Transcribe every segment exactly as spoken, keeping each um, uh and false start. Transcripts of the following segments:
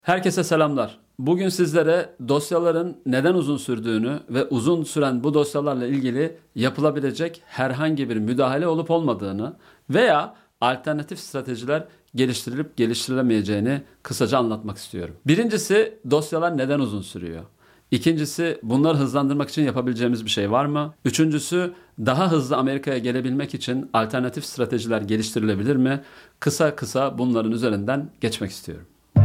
Herkese selamlar. Bugün sizlere dosyaların neden uzun sürdüğünü ve uzun süren bu dosyalarla ilgili yapılabilecek herhangi bir müdahale olup olmadığını veya alternatif stratejiler geliştirilip geliştirilemeyeceğini kısaca anlatmak istiyorum. Birincisi, dosyalar neden uzun sürüyor? İkincisi, bunları hızlandırmak için yapabileceğimiz bir şey var mı? Üçüncüsü, daha hızlı Amerika'ya gelebilmek için alternatif stratejiler geliştirilebilir mi? Kısa kısa bunların üzerinden geçmek istiyorum.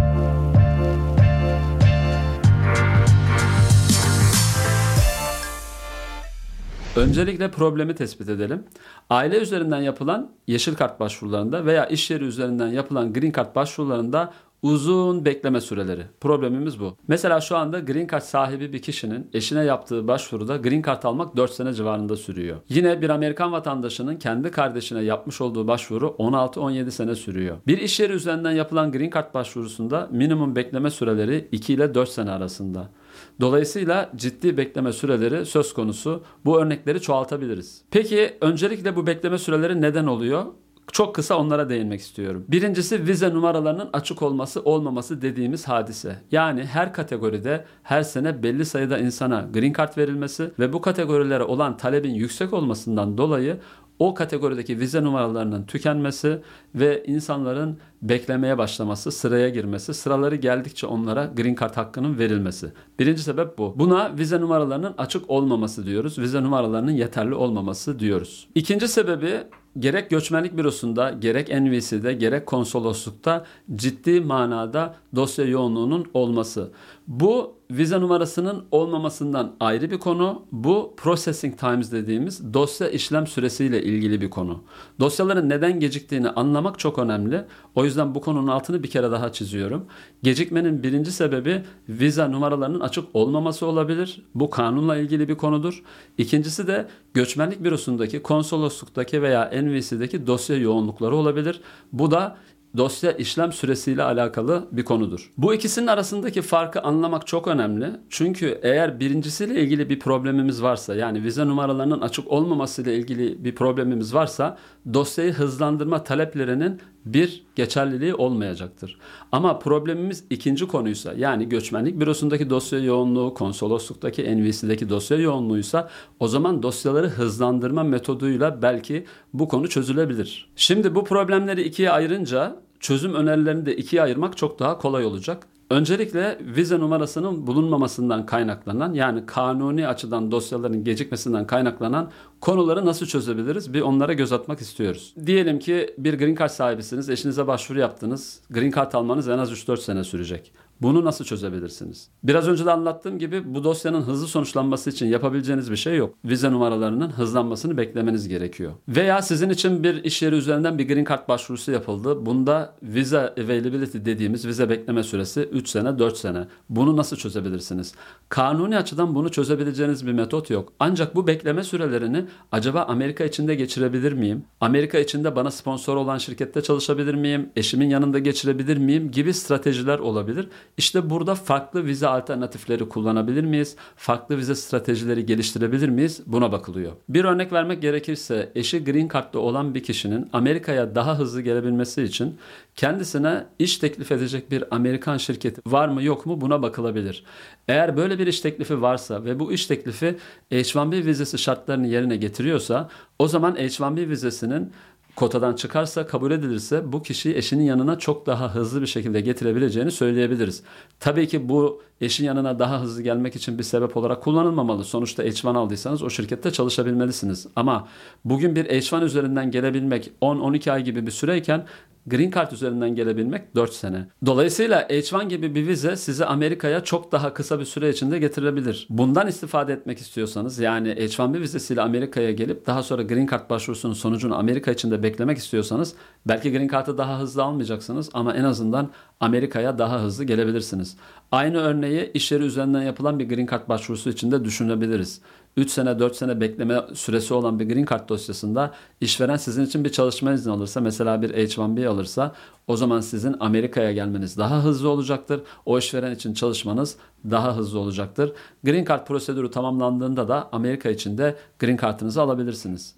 Öncelikle problemi tespit edelim. Aile üzerinden yapılan yeşil kart başvurularında veya iş yeri üzerinden yapılan green card başvurularında uzun bekleme süreleri. Problemimiz bu. Mesela şu anda green card sahibi bir kişinin eşine yaptığı başvuruda green card almak dört sene civarında sürüyor. Yine bir Amerikan vatandaşının kendi kardeşine yapmış olduğu başvuru on altı on yedi sene sürüyor. Bir iş yeri üzerinden yapılan green card başvurusunda minimum bekleme süreleri iki ile dört sene arasında. Dolayısıyla ciddi bekleme süreleri söz konusu. Bu örnekleri çoğaltabiliriz. Peki öncelikle bu bekleme süreleri neden oluyor? Çok kısa onlara değinmek istiyorum. Birincisi, vize numaralarının açık olması olmaması dediğimiz hadise. Yani her kategoride her sene belli sayıda insana green card verilmesi ve bu kategorilere olan talebin yüksek olmasından dolayı o kategorideki vize numaralarının tükenmesi ve insanların beklemeye başlaması, sıraya girmesi, sıraları geldikçe onlara green card hakkının verilmesi. Birinci sebep bu. Buna vize numaralarının açık olmaması diyoruz. Vize numaralarının yeterli olmaması diyoruz. İkinci sebebi, gerek göçmenlik bürosunda, gerek N V C'de, gerek konsoloslukta ciddi manada dosya yoğunluğunun olması. Bu vize numarasının olmamasından ayrı bir konu. Bu processing times dediğimiz dosya işlem süresiyle ilgili bir konu. Dosyaların neden geciktiğini anlamak çok önemli. O yüzden bu konunun altını bir kere daha çiziyorum. Gecikmenin birinci sebebi vize numaralarının açık olmaması olabilir. Bu kanunla ilgili bir konudur. İkincisi de göçmenlik bürosundaki, konsolosluktaki veya N V C'deki dosya yoğunlukları olabilir. Bu da dosya işlem süresiyle alakalı bir konudur. Bu ikisinin arasındaki farkı anlamak çok önemli. Çünkü eğer birincisiyle ilgili bir problemimiz varsa, yani vize numaralarının açık olmamasıyla ilgili bir problemimiz varsa, dosyayı hızlandırma taleplerinin bir geçerliliği olmayacaktır. Ama problemimiz ikinci konuysa, yani göçmenlik bürosundaki dosya yoğunluğu, konsolosluktaki N V C'deki dosya yoğunluğuysa, o zaman dosyaları hızlandırma metoduyla belki bu konu çözülebilir. Şimdi bu problemleri ikiye ayırınca çözüm önerilerini de ikiye ayırmak çok daha kolay olacak. Öncelikle vize numarasının bulunmamasından kaynaklanan, yani kanuni açıdan dosyaların gecikmesinden kaynaklanan konuları nasıl çözebiliriz? Bir onlara göz atmak istiyoruz. Diyelim ki bir green card sahibisiniz, eşinize başvuru yaptınız. Green card almanız en az üç dört sene sürecek. Bunu nasıl çözebilirsiniz? Biraz önce de anlattığım gibi bu dosyanın hızlı sonuçlanması için yapabileceğiniz bir şey yok. Vize numaralarının hızlanmasını beklemeniz gerekiyor. Veya sizin için bir iş yeri üzerinden bir green card başvurusu yapıldı. Bunda vize availability dediğimiz vize bekleme süresi üç sene dört sene. Bunu nasıl çözebilirsiniz? Kanuni açıdan bunu çözebileceğiniz bir metot yok. Ancak bu bekleme sürelerini acaba Amerika içinde geçirebilir miyim? Amerika içinde bana sponsor olan şirkette çalışabilir miyim? Eşimin yanında geçirebilir miyim? Gibi stratejiler olabilir. İşte burada farklı vize alternatifleri kullanabilir miyiz? Farklı vize stratejileri geliştirebilir miyiz? Buna bakılıyor. Bir örnek vermek gerekirse, eşi green card'lı olan bir kişinin Amerika'ya daha hızlı gelebilmesi için kendisine iş teklif edecek bir Amerikan şirketi var mı yok mu, buna bakılabilir. Eğer böyle bir iş teklifi varsa ve bu iş teklifi H bir B vizesi şartlarını yerine getiriyorsa, o zaman H bir B vizesinin kotadan çıkarsa, kabul edilirse, bu kişiyi eşinin yanına çok daha hızlı bir şekilde getirebileceğini söyleyebiliriz. Tabii ki bu eşin yanına daha hızlı gelmek için bir sebep olarak kullanılmamalı. Sonuçta H bir aldıysanız o şirkette çalışabilmelisiniz. Ama bugün bir H bir üzerinden gelebilmek on on iki ay gibi bir süreyken, green card üzerinden gelebilmek dört sene. Dolayısıyla H bir gibi bir vize sizi Amerika'ya çok daha kısa bir süre içinde getirebilir. Bundan istifade etmek istiyorsanız, yani H bir vizesiyle Amerika'ya gelip daha sonra green card başvurusunun sonucunu Amerika içinde beklemek istiyorsanız, belki green card'ı daha hızlı almayacaksınız ama en azından Amerika'ya daha hızlı gelebilirsiniz. Aynı örneği iş yeri üzerinden yapılan bir green card başvurusu için de düşünebiliriz. üç sene dört sene bekleme süresi olan bir green card dosyasında işveren sizin için bir çalışma izni alırsa, mesela bir H bir B alırsa, o zaman sizin Amerika'ya gelmeniz daha hızlı olacaktır. O işveren için çalışmanız daha hızlı olacaktır. Green card prosedürü tamamlandığında da Amerika için de green card'ınızı alabilirsiniz.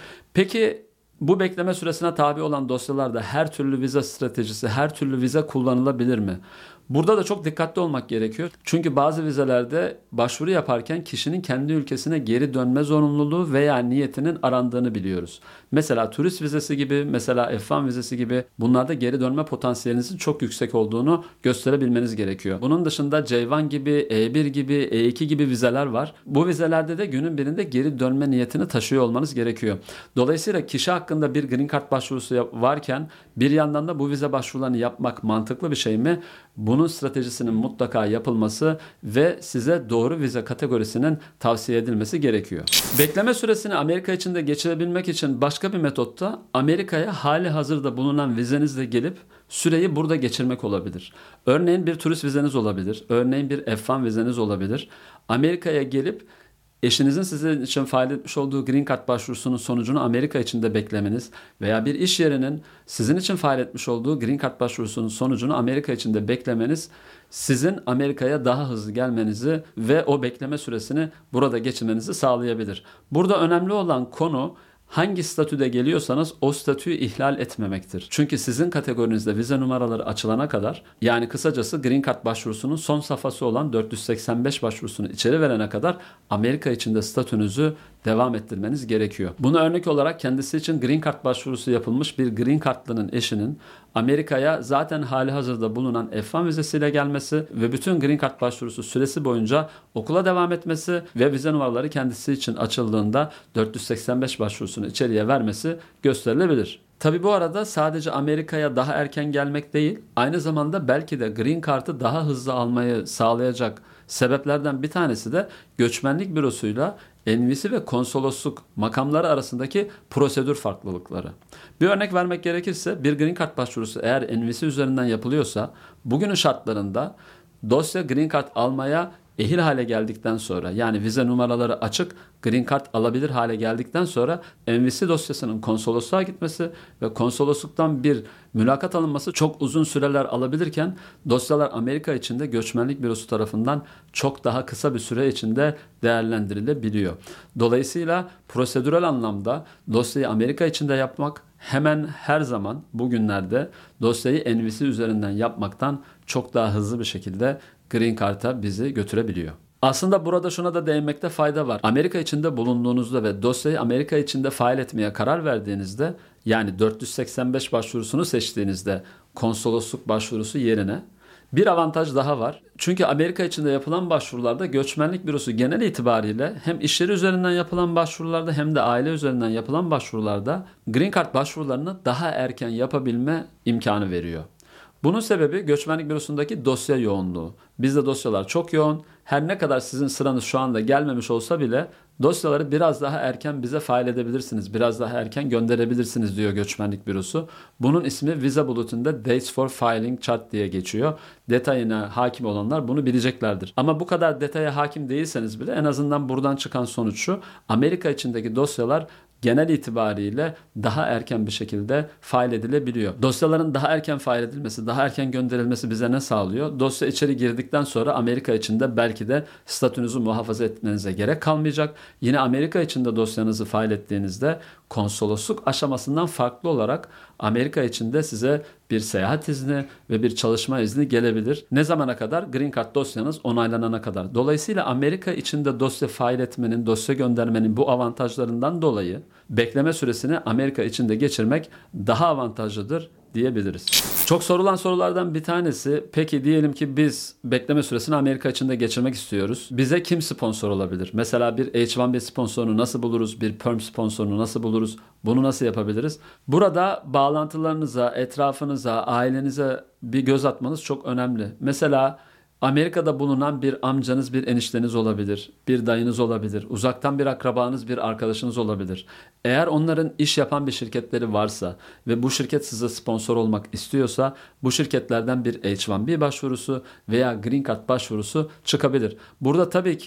Peki bu bekleme süresine tabi olan dosyalarda her türlü vize stratejisi, her türlü vize kullanılabilir mi? Burada da çok dikkatli olmak gerekiyor. Çünkü bazı vizelerde başvuru yaparken kişinin kendi ülkesine geri dönme zorunluluğu veya niyetinin arandığını biliyoruz. Mesela turist vizesi gibi, mesela F bir vizesi gibi bunlarda geri dönme potansiyelinizin çok yüksek olduğunu gösterebilmeniz gerekiyor. Bunun dışında C bir gibi, E bir gibi, E iki gibi vizeler var. Bu vizelerde de günün birinde geri dönme niyetini taşıyor olmanız gerekiyor. Dolayısıyla kişi hakkında bir green card başvurusu varken bir yandan da bu vize başvurularını yapmak mantıklı bir şey mi? Bunun stratejisinin mutlaka yapılması ve size doğru vize kategorisinin tavsiye edilmesi gerekiyor. Bekleme süresini Amerika için de geçirebilmek için başka bir metot da Amerika'ya hali hazırda bulunan vizenizle gelip süreyi burada geçirmek olabilir. Örneğin bir turist vizeniz olabilir. Örneğin bir F bir vizeniz olabilir. Amerika'ya gelip eşinizin sizin için fail etmiş olduğu green card başvurusunun sonucunu Amerika için de beklemeniz veya bir iş yerinin sizin için fail etmiş olduğu green card başvurusunun sonucunu Amerika için de beklemeniz sizin Amerika'ya daha hızlı gelmenizi ve o bekleme süresini burada geçirmenizi sağlayabilir. Burada önemli olan konu hangi statüde geliyorsanız o statüyü ihlal etmemektir. Çünkü sizin kategorinizde vize numaraları açılana kadar, yani kısacası green card başvurusunun son safhası olan dört yüz seksen beş başvurusunu içeri verene kadar Amerika içinde statünüzü devam ettirmeniz gerekiyor. Buna örnek olarak kendisi için green card başvurusu yapılmış bir green cardlının eşinin Amerika'ya zaten hali hazırda bulunan F bir vizesiyle gelmesi ve bütün green card başvurusu süresi boyunca okula devam etmesi ve vize numaraları kendisi için açıldığında dört yüz seksen beş başvurusunu içeriye vermesi gösterilebilir. Tabi bu arada sadece Amerika'ya daha erken gelmek değil, aynı zamanda belki de green card'ı daha hızlı almayı sağlayacak sebeplerden bir tanesi de göçmenlik bürosuyla N V C ve konsolosluk makamları arasındaki prosedür farklılıkları. Bir örnek vermek gerekirse bir green card başvurusu eğer N V C üzerinden yapılıyorsa bugünün şartlarında dosya green card almaya ehil hale geldikten sonra, yani vize numaraları açık green card alabilir hale geldikten sonra N V C dosyasının konsolosluğa gitmesi ve konsolosluktan bir mülakat alınması çok uzun süreler alabilirken dosyalar Amerika içinde göçmenlik bürosu tarafından çok daha kısa bir süre içinde değerlendirilebiliyor. Dolayısıyla prosedürel anlamda dosyayı Amerika içinde yapmak hemen her zaman bugünlerde dosyayı N V C üzerinden yapmaktan çok daha hızlı bir şekilde green card'a bizi götürebiliyor. Aslında burada şuna da değinmekte fayda var. Amerika içinde bulunduğunuzda ve dosyayı Amerika içinde fail etmeye karar verdiğinizde, yani dört yüz seksen beş başvurusunu seçtiğinizde konsolosluk başvurusu yerine bir avantaj daha var. Çünkü Amerika içinde yapılan başvurularda göçmenlik bürosu genel itibariyle hem iş yeri üzerinden yapılan başvurularda hem de aile üzerinden yapılan başvurularda green card başvurularını daha erken yapabilme imkanı veriyor. Bunun sebebi göçmenlik bürosundaki dosya yoğunluğu. Bizde dosyalar çok yoğun. Her ne kadar sizin sıranız şu anda gelmemiş olsa bile dosyaları biraz daha erken bize fail edebilirsiniz. Biraz daha erken gönderebilirsiniz diyor göçmenlik bürosu. Bunun ismi Visa Bulletin'de Dates for Filing Chart diye geçiyor. Detayına hakim olanlar bunu bileceklerdir. Ama bu kadar detaya hakim değilseniz bile en azından buradan çıkan sonuç şu: Amerika içindeki dosyalar genel itibariyle daha erken bir şekilde fail edilebiliyor. Dosyaların daha erken fail edilmesi, daha erken gönderilmesi bize ne sağlıyor? Dosya içeri girdikten sonra Amerika içinde belki de statünüzü muhafaza etmenize gerek kalmayacak. Yine Amerika içinde dosyanızı fail ettiğinizde konsolosluk aşamasından farklı olarak Amerika içinde size bir seyahat izni ve bir çalışma izni gelebilir. Ne zamana kadar? Green Card dosyanız onaylanana kadar. Dolayısıyla Amerika içinde dosya fail etmenin, dosya göndermenin bu avantajlarından dolayı bekleme süresini Amerika içinde geçirmek daha avantajlıdır diyebiliriz. Çok sorulan sorulardan bir tanesi, peki diyelim ki biz bekleme süresini Amerika içinde geçirmek istiyoruz. Bize kim sponsor olabilir? Mesela bir H bir B sponsorunu nasıl buluruz? Bir perm sponsorunu nasıl buluruz? Bunu nasıl yapabiliriz? Burada bağlantılarınıza, etrafınıza, ailenize bir göz atmanız çok önemli. Mesela Amerika'da bulunan bir amcanız, bir enişteniz olabilir, bir dayınız olabilir, uzaktan bir akrabanız, bir arkadaşınız olabilir. Eğer onların iş yapan bir şirketleri varsa ve bu şirket size sponsor olmak istiyorsa bu şirketlerden bir H bir B başvurusu veya Green Card başvurusu çıkabilir. Burada tabii ki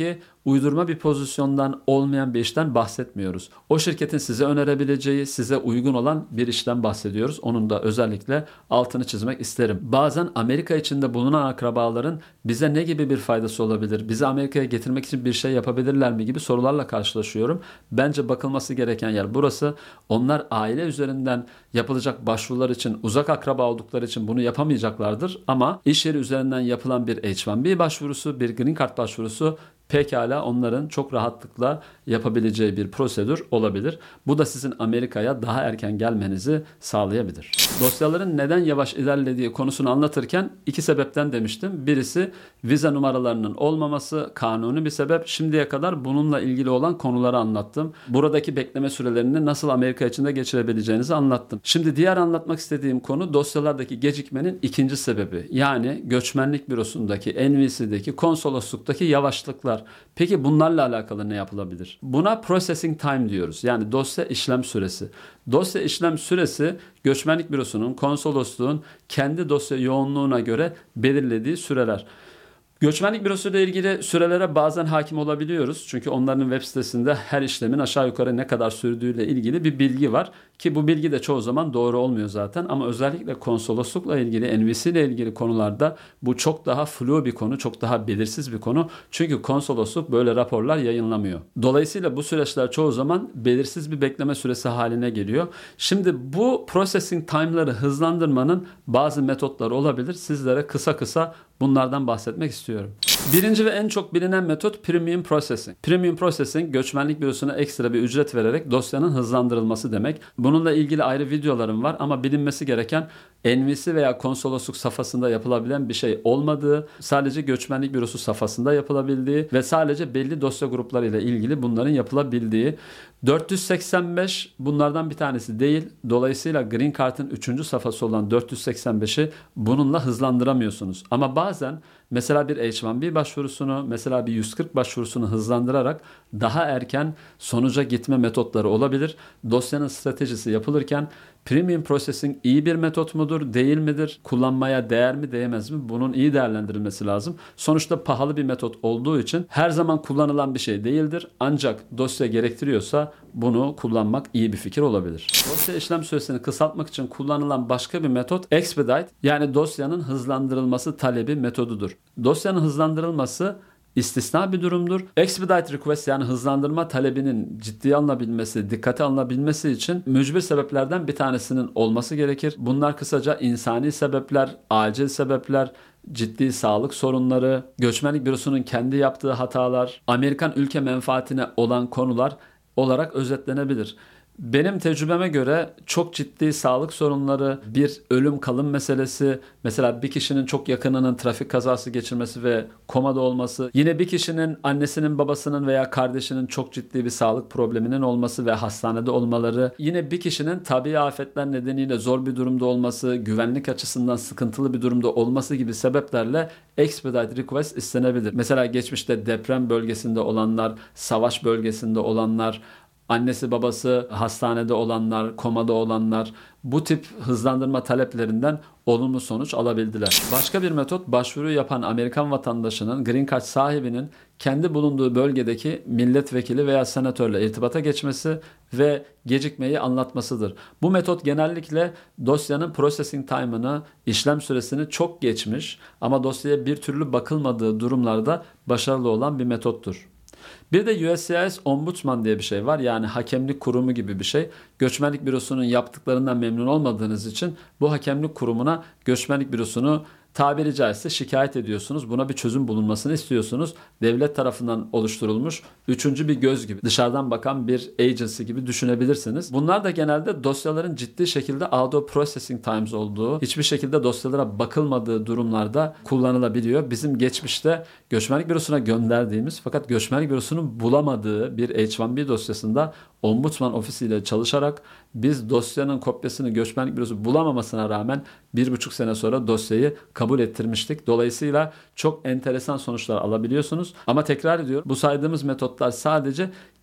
uydurma bir pozisyondan, olmayan bir işten bahsetmiyoruz. O şirketin size önerebileceği, size uygun olan bir işten bahsediyoruz. Onun da özellikle altını çizmek isterim. Bazen Amerika içinde bulunan akrabaların bize ne gibi bir faydası olabilir? Bizi Amerika'ya getirmek için bir şey yapabilirler mi gibi sorularla karşılaşıyorum. Bence bakılması gereken yer burası. Onlar aile üzerinden yapılacak başvurular için, uzak akraba oldukları için bunu yapamayacaklardır. Ama iş yeri üzerinden yapılan bir H bir B başvurusu, bir Green Card başvurusu pekala onların çok rahatlıkla yapabileceği bir prosedür olabilir. Bu da sizin Amerika'ya daha erken gelmenizi sağlayabilir. Dosyaların neden yavaş ilerlediği konusunu anlatırken iki sebepten demiştim. Birisi vize numaralarının olmaması, kanuni bir sebep. Şimdiye kadar bununla ilgili olan konuları anlattım. Buradaki bekleme sürelerini nasıl Amerika içinde geçirebileceğinizi anlattım. Şimdi diğer anlatmak istediğim konu dosyalardaki gecikmenin ikinci sebebi. Yani göçmenlik bürosundaki, N V C'deki, konsolosluktaki yavaşlıklar. Peki bunlarla alakalı ne yapılabilir? Buna processing time diyoruz. Yani dosya işlem süresi. Dosya işlem süresi göçmenlik bürosunun, konsolosluğun kendi dosya yoğunluğuna göre belirlediği süreler. Göçmenlik bürosu ile ilgili sürelere bazen hakim olabiliyoruz. Çünkü onların web sitesinde her işlemin aşağı yukarı ne kadar sürdüğüyle ilgili bir bilgi var. Ki bu bilgi de çoğu zaman doğru olmuyor zaten. Ama özellikle konsoloslukla ilgili, N V C ile ilgili konularda bu çok daha flu bir konu, çok daha belirsiz bir konu. Çünkü konsolosluk böyle raporlar yayınlamıyor. Dolayısıyla bu süreçler çoğu zaman belirsiz bir bekleme süresi haline geliyor. Şimdi bu processing time'ları hızlandırmanın bazı metotları olabilir. Sizlere kısa kısa bunlardan bahsetmek istiyorum. Birinci ve en çok bilinen metot Premium Processing. Premium Processing, göçmenlik bürosuna ekstra bir ücret vererek dosyanın hızlandırılması demek. Bununla ilgili ayrı videolarım var ama bilinmesi gereken N V C veya konsolosluk safhasında yapılabilen bir şey olmadığı, sadece göçmenlik bürosu safhasında yapılabildiği ve sadece belli dosya gruplarıyla ilgili bunların yapılabildiği. dört yüz seksen beş bunlardan bir tanesi değil. Dolayısıyla Green Card'ın üçüncü safhası olan dört yüz seksen beşi bununla hızlandıramıyorsunuz. Ama bazen mesela bir H bir B başvurusunu, mesela bir yüz kırk başvurusunu hızlandırarak daha erken sonuca gitme metotları olabilir. Dosyanın stratejisi yapılırken Premium Processing iyi bir metot mudur, değil midir? Kullanmaya değer mi, değmez mi? Bunun iyi değerlendirilmesi lazım. Sonuçta pahalı bir metot olduğu için her zaman kullanılan bir şey değildir. Ancak dosya gerektiriyorsa bunu kullanmak iyi bir fikir olabilir. Dosya işlem süresini kısaltmak için kullanılan başka bir metot Expedite, yani dosyanın hızlandırılması talebi metodudur. Dosyanın hızlandırılması istisna bir durumdur. Expedite request, yani hızlandırma talebinin ciddiye alınabilmesi, dikkate alınabilmesi için mücbir sebeplerden bir tanesinin olması gerekir. Bunlar kısaca insani sebepler, acil sebepler, ciddi sağlık sorunları, göçmenlik bürosunun kendi yaptığı hatalar, Amerikan ülke menfaatine olan konular olarak özetlenebilir. Benim tecrübeme göre çok ciddi sağlık sorunları, bir ölüm kalım meselesi, mesela bir kişinin çok yakınının trafik kazası geçirmesi ve komada olması, yine bir kişinin annesinin, babasının veya kardeşinin çok ciddi bir sağlık probleminin olması ve hastanede olmaları, yine bir kişinin tabii afetler nedeniyle zor bir durumda olması, güvenlik açısından sıkıntılı bir durumda olması gibi sebeplerle expedite request istenebilir. Mesela geçmişte deprem bölgesinde olanlar, savaş bölgesinde olanlar, annesi babası hastanede olanlar, komada olanlar bu tip hızlandırma taleplerinden olumlu sonuç alabildiler. Başka bir metot, başvuru yapan Amerikan vatandaşının, Green Card sahibinin kendi bulunduğu bölgedeki milletvekili veya senatörle irtibata geçmesi ve gecikmeyi anlatmasıdır. Bu metot genellikle dosyanın processing time'ını, işlem süresini çok geçmiş ama dosyaya bir türlü bakılmadığı durumlarda başarılı olan bir metottur. Bir de U S C I S Ombudsman diye bir şey var. Yani hakemlik kurumu gibi bir şey. Göçmenlik bürosunun yaptıklarından memnun olmadığınız için bu hakemlik kurumuna göçmenlik bürosunu tabiri caizse şikayet ediyorsunuz. Buna bir çözüm bulunmasını istiyorsunuz. Devlet tarafından oluşturulmuş üçüncü bir göz gibi, dışarıdan bakan bir agency gibi düşünebilirsiniz. Bunlar da genelde dosyaların ciddi şekilde out of processing times olduğu, hiçbir şekilde dosyalara bakılmadığı durumlarda kullanılabiliyor. Bizim geçmişte göçmenlik bürosuna gönderdiğimiz fakat göçmenlik bürosunun bulamadığı bir H bir B dosyasında Ombudsman ofisiyle çalışarak biz dosyanın kopyasını göçmenlik bürosu bulamamasına rağmen bir buçuk sene sonra dosyayı kabul ettirmiştik. Dolayısıyla çok enteresan sonuçlar alabiliyorsunuz. Ama tekrar ediyorum, bu saydığımız metotlar sadece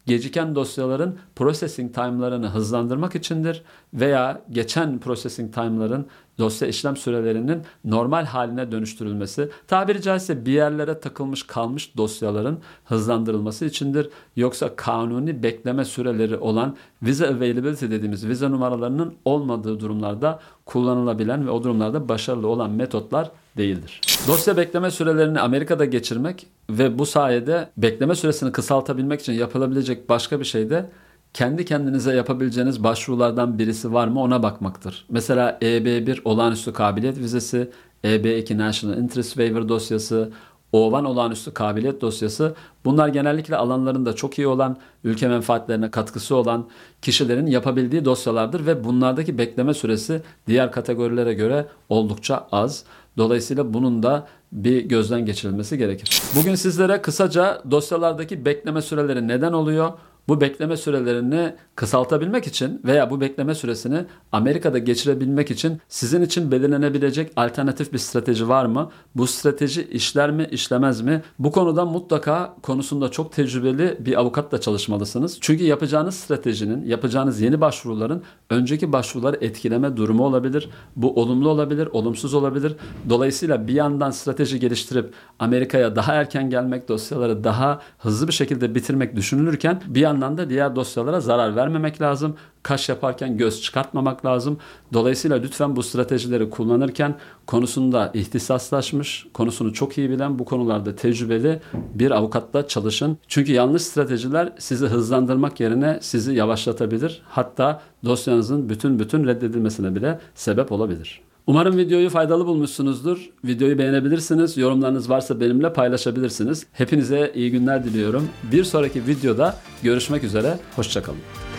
geciken dosyaların processing time'larını hızlandırmak içindir veya geçen processing time'ların dosya işlem sürelerinin normal haline dönüştürülmesi, tabiri caizse bir yerlere takılmış kalmış dosyaların hızlandırılması içindir. Yoksa kanuni bekleme süreleri olan visa availability dediğimiz vize numaralarının olmadığı durumlarda kullanılabilen ve o durumlarda başarılı olan metotlar değildir. Dosya bekleme sürelerini Amerika'da geçirmek ve bu sayede bekleme süresini kısaltabilmek için yapılabilecek başka bir şey de kendi kendinize yapabileceğiniz başvurulardan birisi var mı ona bakmaktır. Mesela E B bir olağanüstü kabiliyet vizesi, E B iki National Interest Waiver dosyası, O bir olağanüstü kabiliyet dosyası, bunlar genellikle alanlarında çok iyi olan, ülke menfaatlerine katkısı olan kişilerin yapabildiği dosyalardır ve bunlardaki bekleme süresi diğer kategorilere göre oldukça az. Dolayısıyla bunun da bir gözden geçirilmesi gerekir. Bugün sizlere kısaca dosyalardaki bekleme süreleri neden oluyor? Bu bekleme sürelerini kısaltabilmek için veya bu bekleme süresini Amerika'da geçirebilmek için sizin için belirlenebilecek alternatif bir strateji var mı? Bu strateji işler mi, işlemez mi? Bu konuda mutlaka konusunda çok tecrübeli bir avukatla çalışmalısınız. Çünkü yapacağınız stratejinin, yapacağınız yeni başvuruların önceki başvuruları etkileme durumu olabilir. Bu olumlu olabilir, olumsuz olabilir. Dolayısıyla bir yandan strateji geliştirip Amerika'ya daha erken gelmek, dosyaları daha hızlı bir şekilde bitirmek düşünülürken bir yandan da diğer dosyalara zarar vermemek lazım. Kaş yaparken göz çıkartmamak lazım. Dolayısıyla lütfen bu stratejileri kullanırken konusunda ihtisaslaşmış, konusunu çok iyi bilen, bu konularda tecrübeli bir avukatla çalışın. Çünkü yanlış stratejiler sizi hızlandırmak yerine sizi yavaşlatabilir. Hatta dosyanızın bütün bütün reddedilmesine bile sebep olabilir. Umarım videoyu faydalı bulmuşsunuzdur. Videoyu beğenebilirsiniz. Yorumlarınız varsa benimle paylaşabilirsiniz. Hepinize iyi günler diliyorum. Bir sonraki videoda görüşmek üzere. Hoşça kalın.